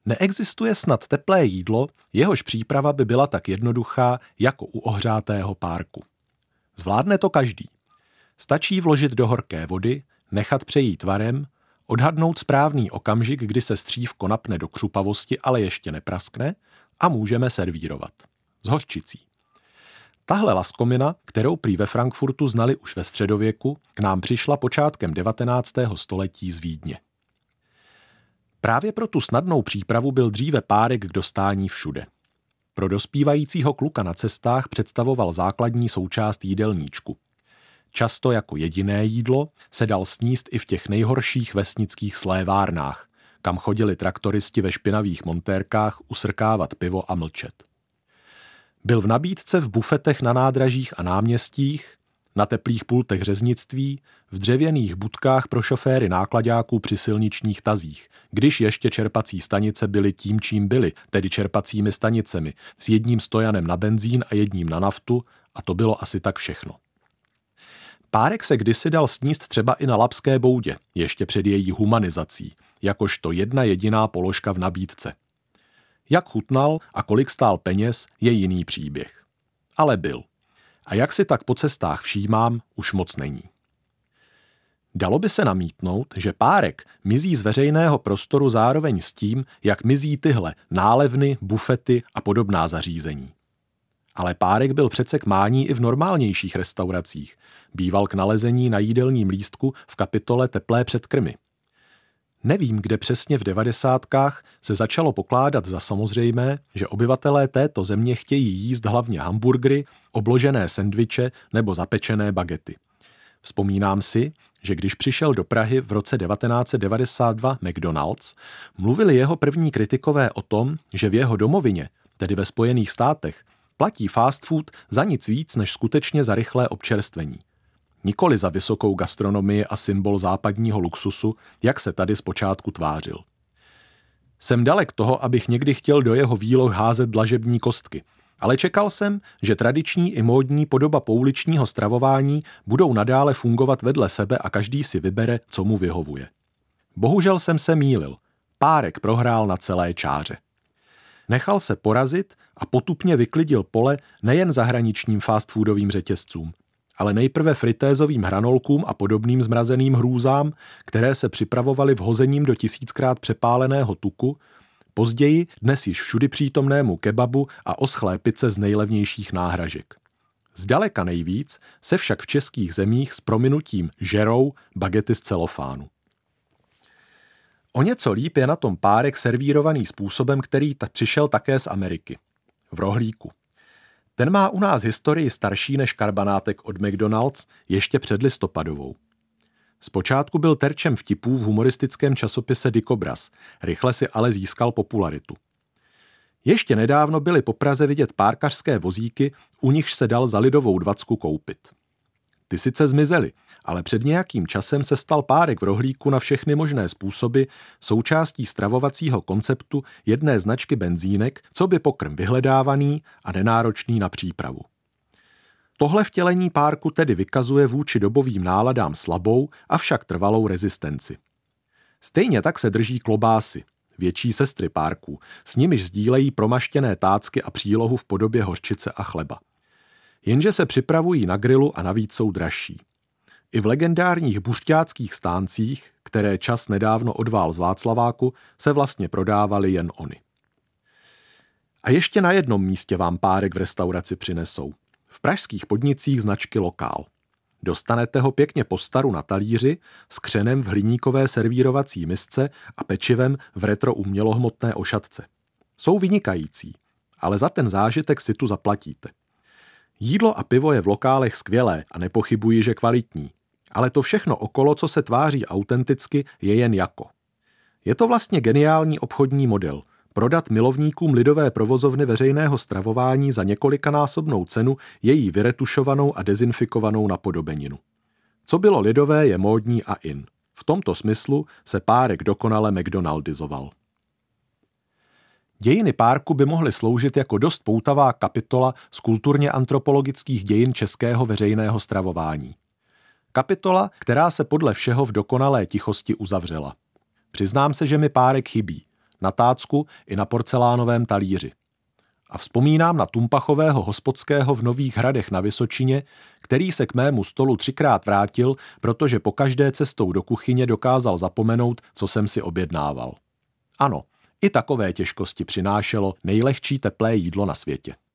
Neexistuje snad teplé jídlo, jehož příprava by byla tak jednoduchá jako u ohřátého párku. Zvládne to každý. Stačí vložit do horké vody, nechat přejít varem, odhadnout správný okamžik, kdy se střívko napne do křupavosti, ale ještě nepraskne, a můžeme servírovat. S hořčicí. Tahle laskomina, kterou prý ve Frankfurtu znali už ve středověku, k nám přišla počátkem 19. století z Vídně. Právě pro tu snadnou přípravu byl dříve párek k dostání všude. Pro dospívajícího kluka na cestách představoval základní součást jídelníčku. Často jako jediné jídlo se dal sníst i v těch nejhorších vesnických slévárnách, kam chodili traktoristi ve špinavých montérkách usrkávat pivo a mlčet. Byl v nabídce v bufetech na nádražích a náměstích, na teplých pultech řeznictví, v dřevěných budkách pro šoféry náklaďáků při silničních tazích, když ještě čerpací stanice byly tím, čím byly, tedy čerpacími stanicemi, s jedním stojanem na benzín a jedním na naftu, a to bylo asi tak všechno. Párek se kdysi dal sníst třeba i na Labské boudě, ještě před její humanizací, jakožto jedna jediná položka v nabídce. Jak chutnal a kolik stál peněz, je jiný příběh. Ale byl. A jak si tak po cestách všímám, už moc není. Dalo by se namítnout, že párek mizí z veřejného prostoru zároveň s tím, jak mizí tyhle nálevny, bufety a podobná zařízení. Ale párek byl přece k mání i v normálnějších restauracích. Býval k nalezení na jídelním lístku v kapitole teplé předkrmy. Nevím, kde přesně v 90kách se začalo pokládat za samozřejmé, že obyvatelé této země chtějí jíst hlavně hamburgery, obložené sendviče nebo zapečené bagety. Vzpomínám si, že když přišel do Prahy v roce 1992 McDonald's, mluvili jeho první kritikové o tom, že v jeho domovině, tedy ve Spojených státech, platí fast food za nic víc než skutečně za rychlé občerstvení. Nikoli za vysokou gastronomii a symbol západního luxusu, jak se tady zpočátku tvářil. Jsem dalek toho, abych někdy chtěl do jeho výloh házet dlažební kostky, ale čekal jsem, že tradiční i módní podoba pouličního stravování budou nadále fungovat vedle sebe a každý si vybere, co mu vyhovuje. Bohužel jsem se mýlil. Párek prohrál na celé čáře. Nechal se porazit a potupně vyklidil pole nejen zahraničním fast foodovým řetězcům, ale nejprve fritézovým hranolkům a podobným zmrazeným hrůzám, které se připravovaly vhozením do 1000krát přepáleného tuku, později dnes již všudy přítomnému kebabu a oschlé pice z nejlevnějších náhražek. Zdaleka nejvíc se však v českých zemích s prominutím žerou bagety z celofánu. O něco líp je na tom párek servírovaný způsobem, který přišel také z Ameriky. V rohlíku. Ten má u nás historii starší než karbanátek od McDonald's ještě před listopadovou. Zpočátku byl terčem vtipů v humoristickém časopise Dikobraz, rychle si ale získal popularitu. Ještě nedávno byly po Praze vidět párkařské vozíky, u nichž se dal za lidovou 20 koupit. Ty sice zmizely, ale před nějakým časem se stal párek v rohlíku na všechny možné způsoby součástí stravovacího konceptu jedné značky benzínek, co by pokrm vyhledávaný a nenáročný na přípravu. Tohle vtělení párku tedy vykazuje vůči dobovým náladám slabou, avšak trvalou rezistenci. Stejně tak se drží klobásy, větší sestry párků, s nimiž sdílejí promaštěné tácky a přílohu v podobě hořčice a chleba. Jenže se připravují na grilu a navíc jsou dražší. I v legendárních bušťáckých stáncích, které čas nedávno odvál z Václaváku, se vlastně prodávaly jen ony. A ještě na jednom místě vám párek v restauraci přinesou. V pražských podnicích značky Lokál. Dostanete ho pěkně po staru na talíři, s křenem v hliníkové servírovací misce a pečivem v retro umělohmotné ošatce. Jsou vynikající, ale za ten zážitek si tu zaplatíte. Jídlo a pivo je v Lokálech skvělé a nepochybuji, že kvalitní. Ale to všechno okolo, co se tváří autenticky, je jen jako. Je to vlastně geniální obchodní model. Prodat milovníkům lidové provozovny veřejného stravování za několikanásobnou cenu její vyretušovanou a dezinfikovanou napodobeninu. Co bylo lidové, je módní a in. V tomto smyslu se párek dokonale McDonaldizoval. Dějiny párku by mohly sloužit jako dost poutavá kapitola z kulturně antropologických dějin českého veřejného stravování. Kapitola, která se podle všeho v dokonalé tichosti uzavřela. Přiznám se, že mi párek chybí. na tácku i na porcelánovém talíři. A vzpomínám na Tumpachového hospodského v Nových Hradech na Vysočině, který se k mému stolu 3krát vrátil, protože po každé cestou do kuchyně dokázal zapomenout, co jsem si objednával. Ano, i takové těžkosti přinášelo nejlehčí teplé jídlo na světě.